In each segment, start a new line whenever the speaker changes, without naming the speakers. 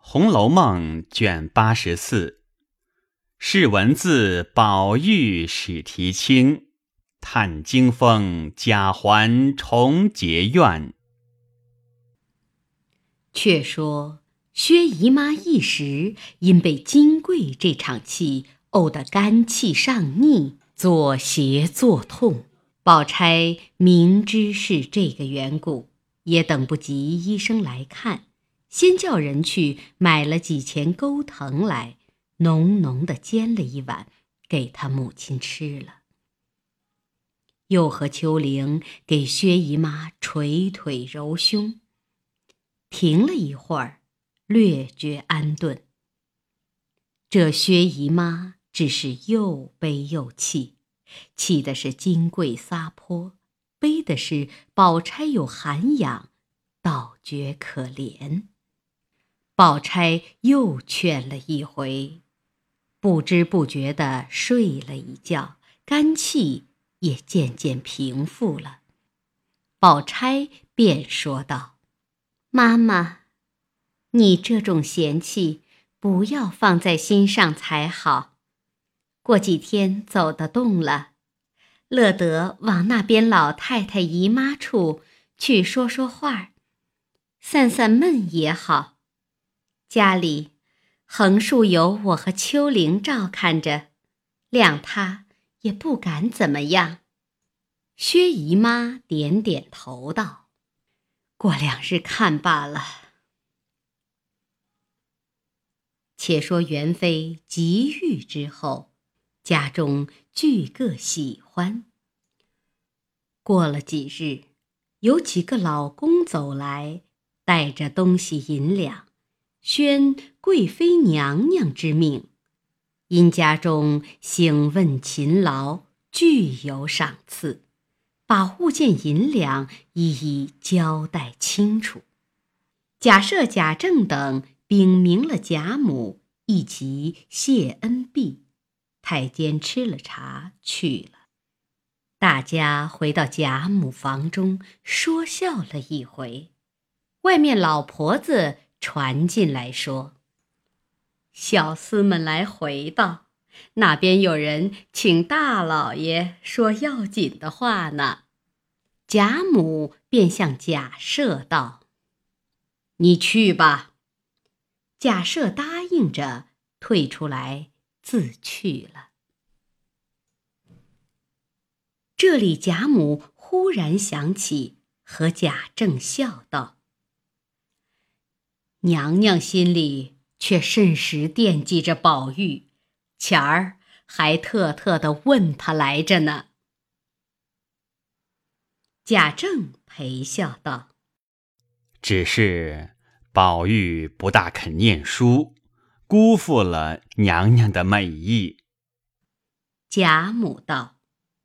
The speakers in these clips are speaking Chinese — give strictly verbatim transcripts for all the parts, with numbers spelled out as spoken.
红楼梦》卷八十四，是文字宝玉始提亲，探惊风贾环重结怨。
却说薛姨妈一时因被金桂这场戏呕得肝气上逆，作邪作痛。宝钗明知是这个缘故，也等不及医生来看，先叫人去买了几钱钩藤来，浓浓的煎了一碗，给他母亲吃了。又和秋玲给薛姨妈捶腿揉胸，停了一会儿，略觉安顿。这薛姨妈只是又悲又气，气的是金桂撒泼，悲的是宝钗有涵养，倒觉可怜。宝钗又劝了一回，不知不觉地睡了一觉，肝气也渐渐平复了。宝钗便说道：妈妈，你这种嫌弃不要放在心上才好。过几天走得动了，乐得往那边老太太姨妈处去说说话，散散闷也好。家里横竖有我和秋玲照看着，谅他也不敢怎么样。薛姨妈点点头道：过两日看罢了。且说元妃及愈之后，家中俱各喜欢。过了几日，有几个老公走来，带着东西银两，宣贵妃娘娘之命，因家中省问勤劳，俱有赏赐，把物件银两一一交代清楚。贾赦、贾政等禀明了贾母，一齐谢恩毕。太监吃了茶去了。大家回到贾母房中，说笑了一回。外面老婆子传进来说：小厮们来回道，那边有人请大老爷说要紧的话呢。贾母便向贾赦道：你去吧。贾赦答应着，退出来自去了。这里贾母忽然想起，和贾政笑道：娘娘心里却甚时惦记着宝玉，前儿还特特地问他来着呢。贾政陪笑道：
只是宝玉不大肯念书，辜负了娘娘的美意。
贾母道：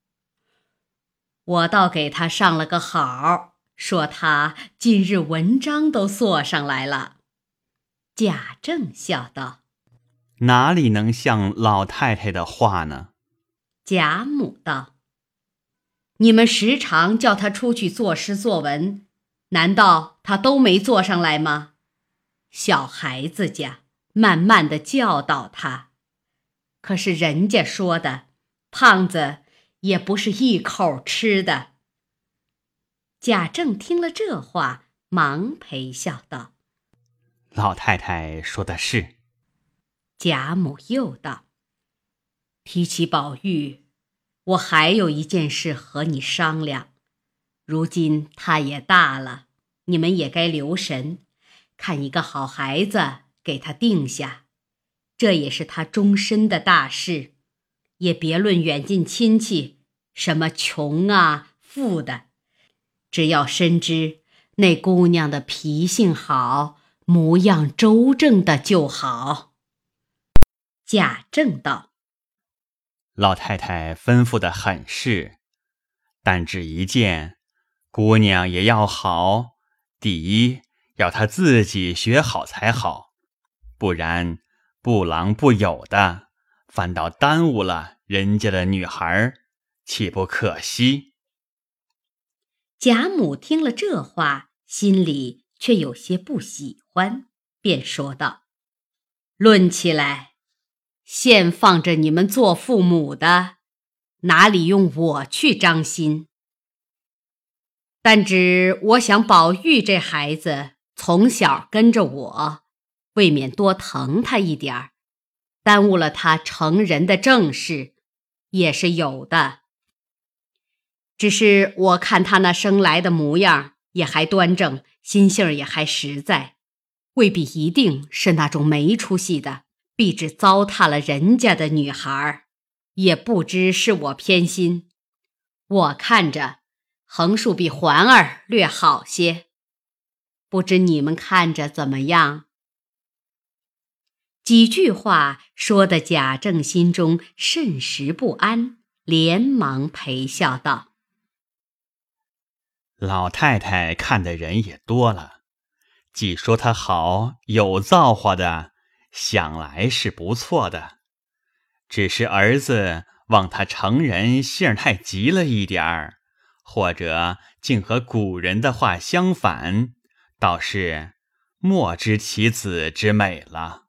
我倒给他上了个好，说他今日文章都做上来了。贾政笑道：
哪里能像老太太的话呢？
贾母道：你们时常叫他出去作诗作文，难道他都没做上来吗？小孩子家慢慢地教导他，可是人家说的，胖子也不是一口吃的。贾政听了这话，忙陪笑道：
老太太说的是。
贾母又道：提起宝玉，我还有一件事和你商量。如今他也大了，你们也该留神，看一个好孩子给他定下，这也是他终身的大事。也别论远近亲戚，什么穷啊富的，只要深知那姑娘的脾性好，模样周正的就好。贾政道：
老太太吩咐的很是，但只一件，姑娘也要好，第一要她自己学好才好，不然不郎不友的，反倒耽误了人家的女孩，岂不可惜？
贾母听了这话，心里却有些不喜欢，便说道： 论起来，现放着你们做父母的，哪里用我去张心？但只我想宝玉这孩子从小跟着我，未免多疼他一点儿，耽误了他成人的正事，也是有的。只是我看他那生来的模样也还端正，心性也还实在，未必一定是那种没出息的，必只糟蹋了人家的女孩，也不知是我偏心。我看着横竖比环儿略好些，不知你们看着怎么样？几句话说得贾政心中甚时不安，连忙陪笑道：
老太太看的人也多了，既说他好，有造化的，想来是不错的。只是儿子望他成人性太急了一点儿，或者竟和古人的话相反，倒是莫知其子之美了。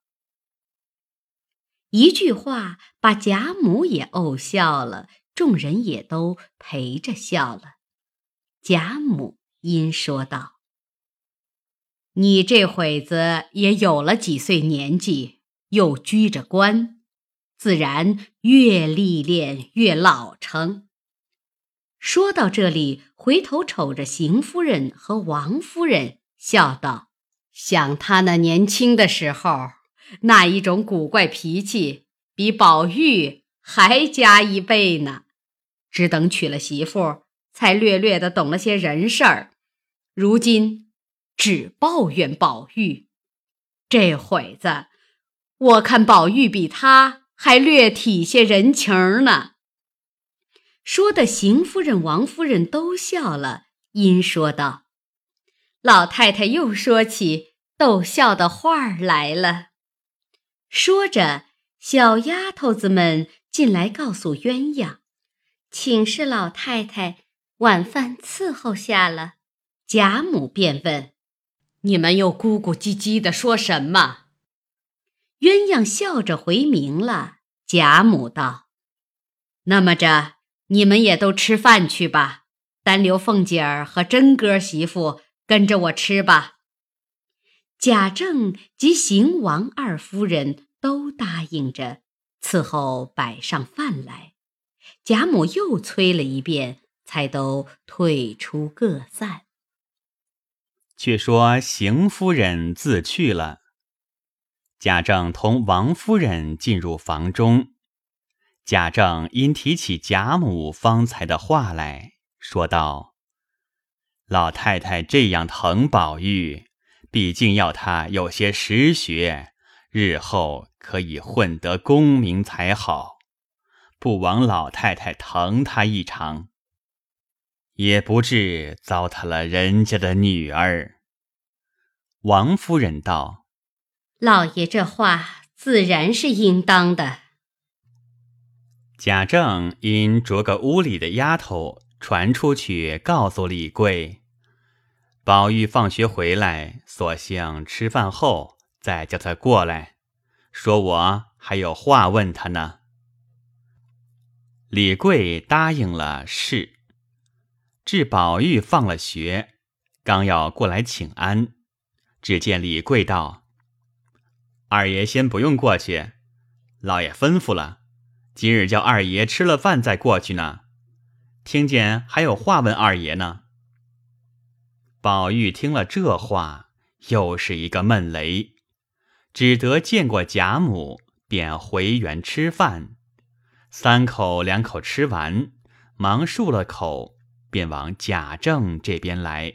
一句话把贾母也怄笑了，众人也都陪着笑了。贾母因说道：你这会子也有了几岁年纪，又居着官，自然越历练越老成。说到这里，回头瞅着邢夫人和王夫人，笑道：想他那年轻的时候，那一种古怪脾气，比宝玉还加一倍呢。只等娶了媳妇，才略略的懂了些人事儿，如今只抱怨宝玉。这会子，我看宝玉比他还略体些人情呢。说的邢夫人、王夫人都笑了，因说道：老太太又说起逗笑的话儿来了。说着，小丫头子们进来告诉鸳鸯，请示老太太晚饭伺候下了。贾母便问：你们又咕咕唧唧地说什么？鸳鸯笑着回明了。贾母道：那么着，你们也都吃饭去吧，单留凤姐儿和真哥媳妇跟着我吃吧。贾政及邢王二夫人都答应着，伺候摆上饭来。贾母又催了一遍，才都退出各散。
却说邢夫人自去了，贾政同王夫人进入房中。贾政因提起贾母方才的话来，说道：老太太这样疼宝玉，毕竟要他有些实学，日后可以混得功名才好，不枉老太太疼他一场，也不至糟蹋了人家的女儿。王夫人道：
老爷这话自然是应当的。
贾政因着个屋里的丫头传出去告诉李贵，宝玉放学回来，索性吃饭后再叫他过来，说我还有话问他呢。李贵答应了是。至宝玉放了学，刚要过来请安，只见李贵道：二爷先不用过去，老爷吩咐了，今日叫二爷吃了饭再过去呢，听见还有话问二爷呢。宝玉听了这话，又是一个闷雷，只得见过贾母，便回园吃饭，三口两口吃完，忙漱了口，便往贾政这边来。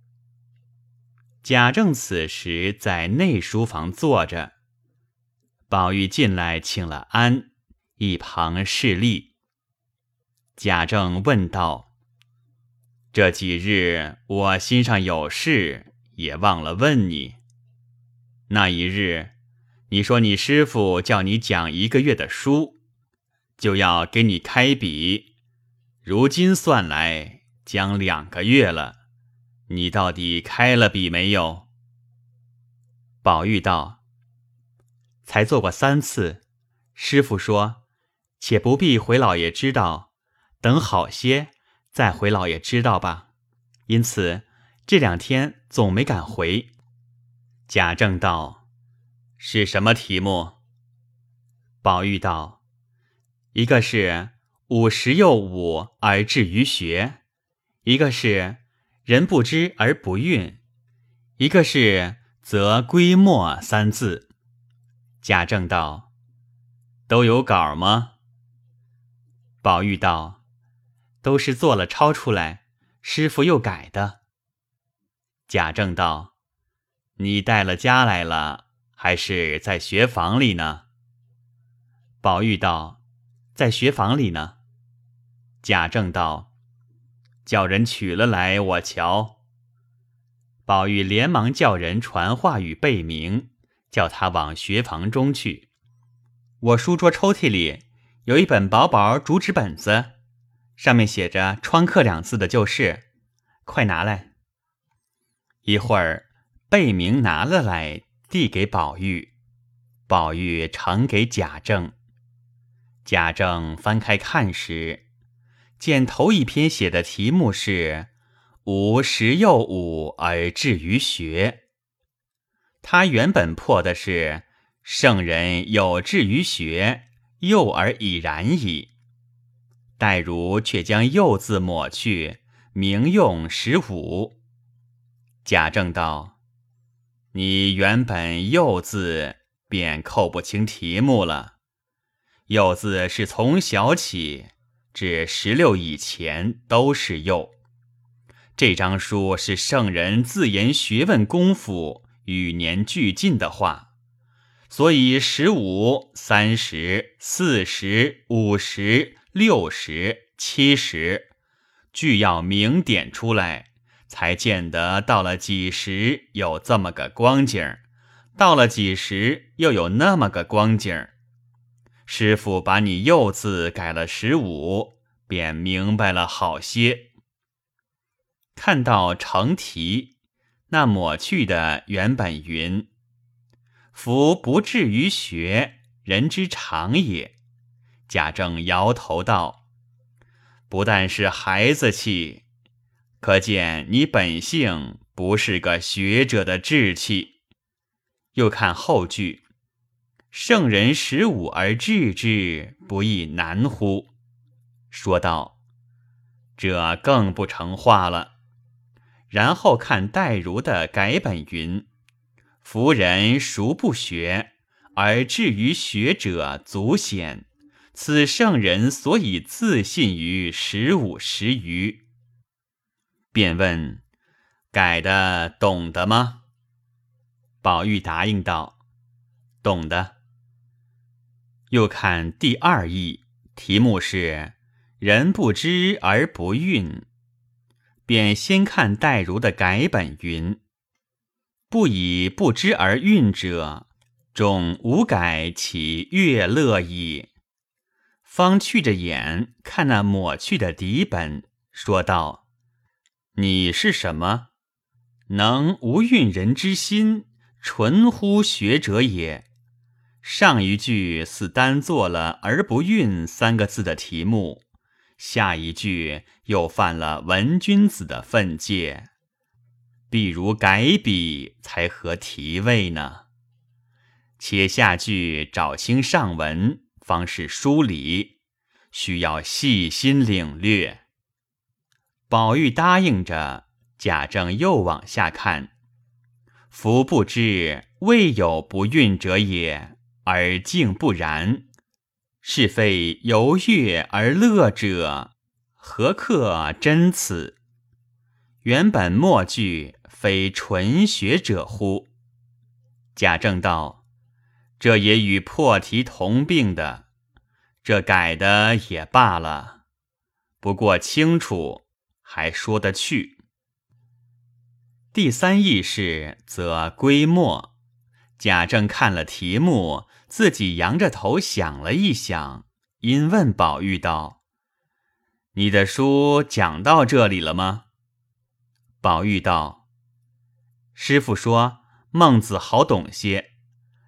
贾政此时在内书房坐着，宝玉进来请了安，一旁侍立。贾政问道：这几日我心上有事，也忘了问你。那一日你说你师父叫你讲一个月的书，就要给你开笔，如今算来将两个月了，你到底开了笔没有？宝玉道： 才做过三次。师傅说，且不必回老爷知道，等好些再回老爷知道吧。因此这两天总没敢回。贾政道：是什么题目？宝玉道：一个是五十又五而志于学，一个是人不知而不愠，一个是则归末三字。贾政道：都有稿吗？宝玉道：都是做了抄出来，师傅又改的。贾政道：你带了家来了，还是在学房里呢？宝玉道：在学房里呢。贾政道：叫人取了来，我瞧。宝玉连忙叫人传话与贝明，叫他往学房中去。我书桌抽屉里有一本薄薄竹纸本子，上面写着创客两字的就是，快拿来。一会儿贝明拿了来，递给宝玉，宝玉呈给贾政。贾政翻开看时，见头一篇写的题目是吾十又五而志于学。他原本破的是圣人有志于学，幼而已然矣。黛如却将幼字抹去，明用十五。贾政道：你原本幼字便扣不清题目了。幼字是从小起至十六以前都是幼。这张书是圣人自言学问功夫与年俱进的话，所以十五、三十、四十、五十、六十、七十，俱要明点出来，才见得到了几时有这么个光景，到了几时又有那么个光景。师傅把你幼字改了十五，便明白了好些。看到成题，那抹去的原本云：夫不志于学，人之常也。贾政摇头道：不但是孩子气，可见你本性不是个学者的志气。又看后句：圣人十五而志之，不亦难乎？说道：这更不成话了。然后看黛如的改本云：夫人孰不学，而志于学者足显，此圣人所以自信于十五十余。便问：改的懂得吗？宝玉答应道：懂的。又看第二义，题目是人不知而不愠，便先看黛如的改本云：不以不知而愠者，终无改其乐乐矣。方去着眼看那抹去的底本，说道：你是什么？能无愠人之心，纯乎学者也。上一句似单做了而不愠三个字的题目，下一句又犯了文君子的分界，必如改笔才合题位呢。且下句找清上文，方是书理，需要细心领略。宝玉答应着，贾政又往下看：夫不知，未有不愠者也，而竟不然。是非游乐而乐者，何克真此？原本末句非纯学者乎？贾政道：这也与破题同病的，这改的也罢了，不过清楚，还说得去。第三义是则归末。贾政看了题目，自己扬着头想了一想，因问宝玉道：你的书讲到这里了吗？宝玉道：师父说孟子好懂些，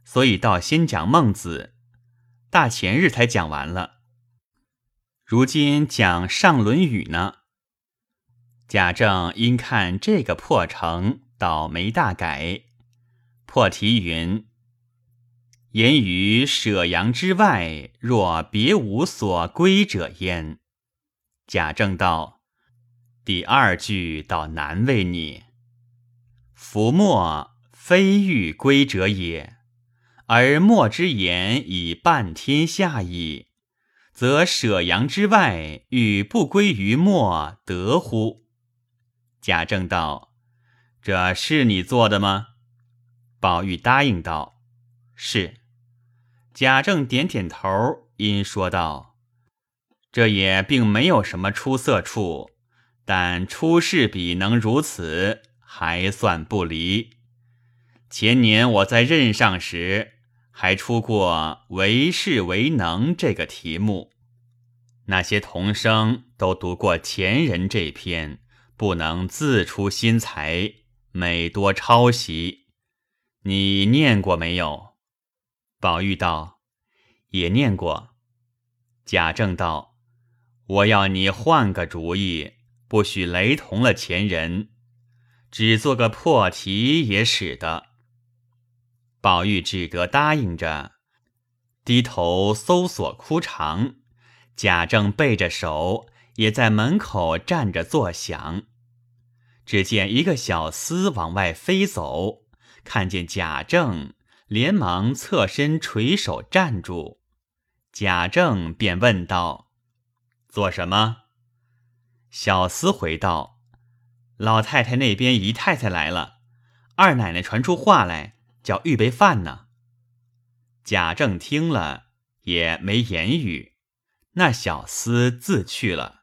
所以倒先讲孟子，大前日才讲完了。如今讲上论语呢。贾政因看这个破城，倒没大改。破题云：言于舍阳之外，若别无所归者焉。贾政道：第二句倒难为你。夫莫非欲归者也，而莫之言以半天下矣，则舍阳之外，欲不归于莫，得乎？贾政道：这是你做的吗？宝玉答应道：是。贾政点点头，因说道：这也并没有什么出色处，但出世比能如此，还算不离。前年我在任上时，还出过为士为能这个题目，那些童生都读过前人这篇，不能自出心裁，每多抄袭。你念过没有？宝玉道：也念过。贾政道：我要你换个主意，不许雷同了前人，只做个破题也使得。宝玉只得答应着，低头搜索枯肠。贾政背着手，也在门口站着作响。只见一个小厮往外飞走，看见贾政，连忙侧身垂手站住。贾政便问道：做什么？小厮回道：老太太那边姨太太来了，二奶奶传出话来，叫预备饭呢。贾政听了，也没言语，那小厮自去了。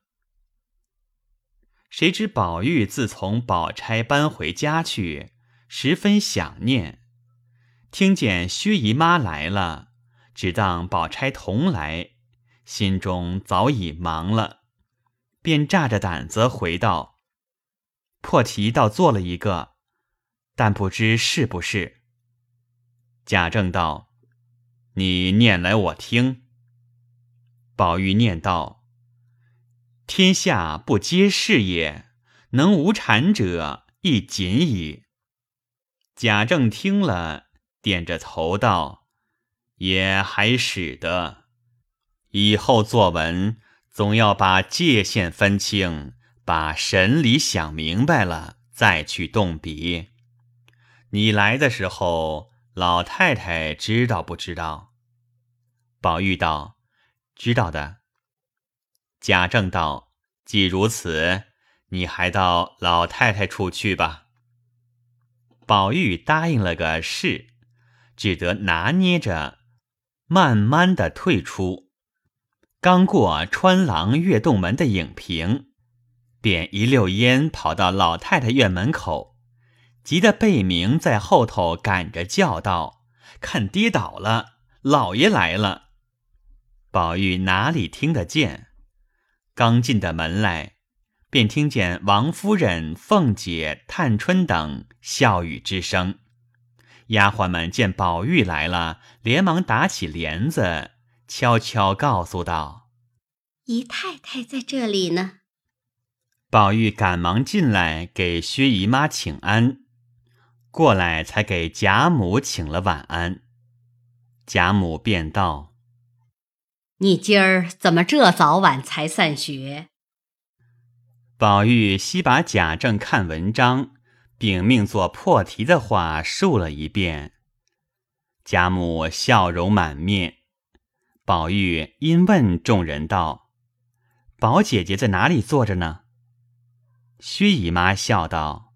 谁知宝玉自从宝钗搬回家去，十分想念，听见薛姨妈来了，只当宝钗同来，心中早已忙了，便炸着胆子回道：破题倒做了一个，但不知是不是。贾政道：你念来我听。宝玉念道：天下不皆是也，能无产者亦仅矣。贾政听了，点着头道：也还使得，以后作文总要把界限分清，把神理想明白了，再去动笔。你来的时候，老太太知道不知道？宝玉道：知道的。贾政道：既如此，你还到老太太处去吧。宝玉答应了个是，只得拿捏着，慢慢的退出。刚过穿廊跃动门的影屏，便一溜烟跑到老太太院门口，急得贝明在后头赶着叫道：看跌倒了，老爷来了。宝玉哪里听得见？刚进的门来，便听见王夫人、凤姐、探春等笑语之声。丫鬟们见宝玉来了，连忙打起帘子，悄悄告诉道：
姨太太在这里呢。
宝玉赶忙进来给薛姨妈请安，过来才给贾母请了晚安。贾母便道：
你今儿怎么这早晚才散学？
宝玉悉把贾政看文章并命作破题的话述了一遍。贾母笑容满面。宝玉因问众人道：宝姐姐在哪里坐着呢？薛姨妈笑道：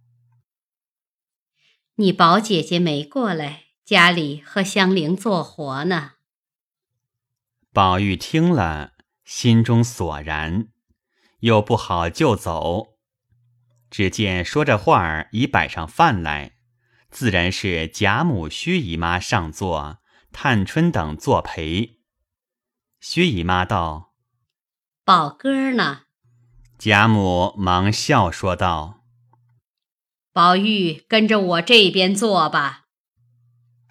你宝姐姐没过来，家里和香菱做活呢。
宝玉听了，心中索然，又不好就走。只见说着话儿已摆上饭来，自然是贾母、薛姨妈上座，探春等作陪。薛姨妈道：
宝哥呢？
贾母忙笑说道：
宝玉跟着我这边坐吧。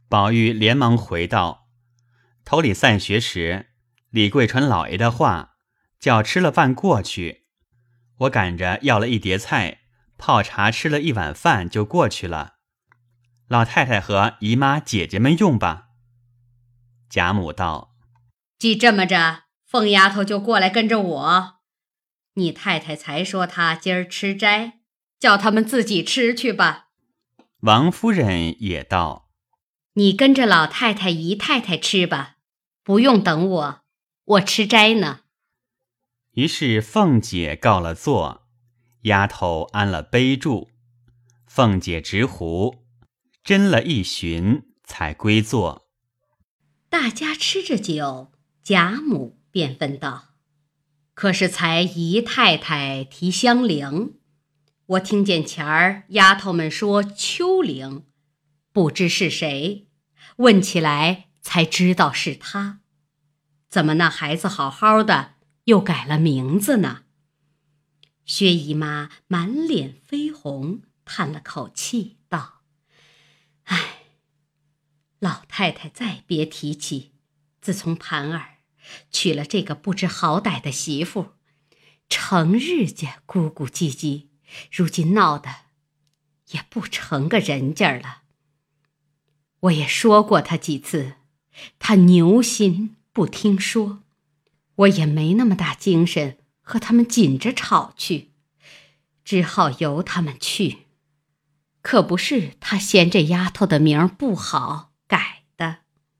宝玉连忙回道：头里散学时，李贵传老爷的话，叫吃了饭过去。我赶着要了一碟菜，泡茶吃了一碗饭就过去了。老太太和姨妈姐姐们用吧。贾母道：
既这么着，凤丫头就过来跟着我。你太太才说她今儿吃斋，叫他们自己吃去吧。
王夫人也道：
你跟着老太太姨太太吃吧，不用等我，我吃斋呢。
于是凤姐告了座，丫头安了杯箸，凤姐执壶斟了一巡，才归坐。
大家吃着酒，贾母便问道：可是才姨太太提香菱，我听见前儿丫头们说秋菱，不知是谁，问起来才知道是她。怎么那孩子好好的又改了名字呢？薛姨妈满脸绯红，叹了口气道：唉，老太太再别提起，自从盘儿娶了这个不知好歹的媳妇，成日家咕咕唧唧，如今闹得也不成个人家了。我也说过他几次，他牛心不听说，我也没那么大精神和他们紧着吵去，只好由他们去。可不是他嫌这丫头的名儿不好改的。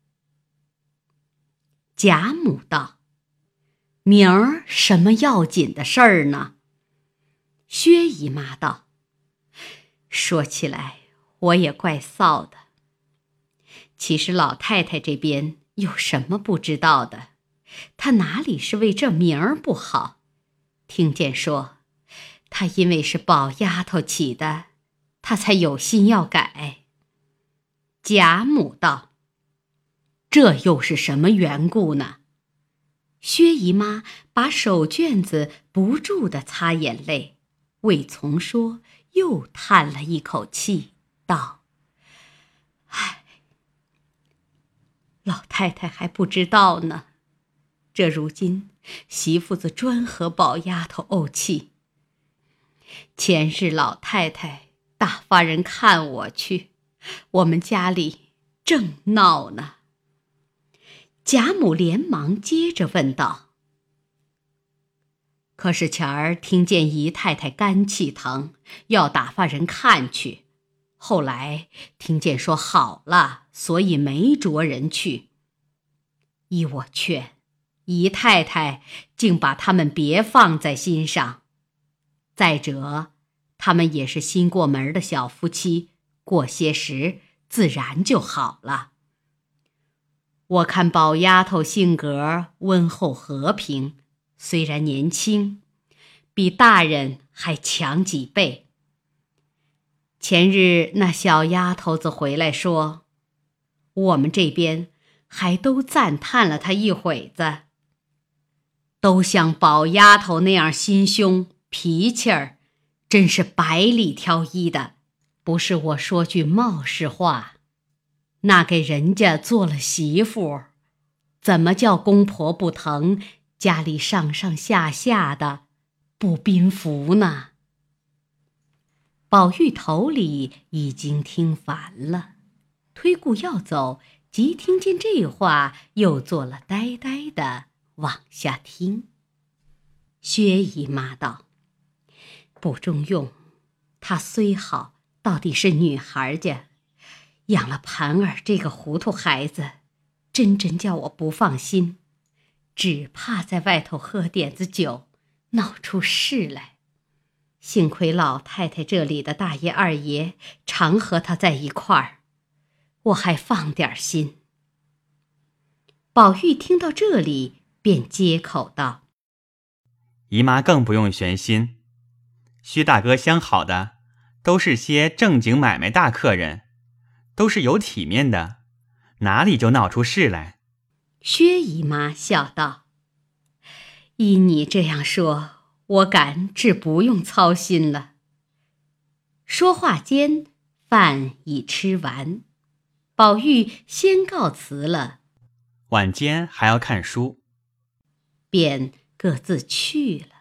贾母道：名儿什么要紧的事儿呢？薛姨妈道：说起来我也怪臊的。其实老太太这边有什么不知道的？她哪里是为这名儿不好？听见说她因为是宝丫头起的，她才有心要改。贾母道：这又是什么缘故呢？薛姨妈把手绢子不住地擦眼泪，未从说，又叹了一口气，道：唉，老太太还不知道呢。这如今媳妇子专和宝丫头怄气。前日老太太打发人看我去，我们家里正闹呢。贾母连忙接着问道：可是前儿听见姨太太肝气疼，要打发人看去，后来听见说好了，所以没着人去。依我劝，姨太太竟把他们别放在心上。再者，他们也是新过门的小夫妻，过些时自然就好了。我看宝丫头性格温厚和平，虽然年轻，比大人还强几倍。前日那小丫头子回来说，我们这边还都赞叹了她一会子，都像宝丫头那样心胸脾气儿，真是百里挑一的，不是我说句冒失话，那给人家做了媳妇，怎么叫公婆不疼，家里上上下下的不宾服呢？宝玉头里已经听烦了，推顾要走，即听见这话，又做了呆呆的往下听。薛姨妈道：不中用，她虽好，到底是女孩家，养了盘儿这个糊涂孩子，真真叫我不放心，只怕在外头喝点子酒，闹出事来。幸亏老太太这里的大爷二爷常和他在一块儿，我还放点心。宝玉听到这里，便接口道：
姨妈更不用悬心，薛大哥相好的都是些正经买卖大客人，都是有体面的，哪里就闹出事来？
薛姨妈笑道：依你这样说，我敢只不用操心了。说话间，饭已吃完， 宝玉先告辞了，
晚间还要看书，
便各自去了。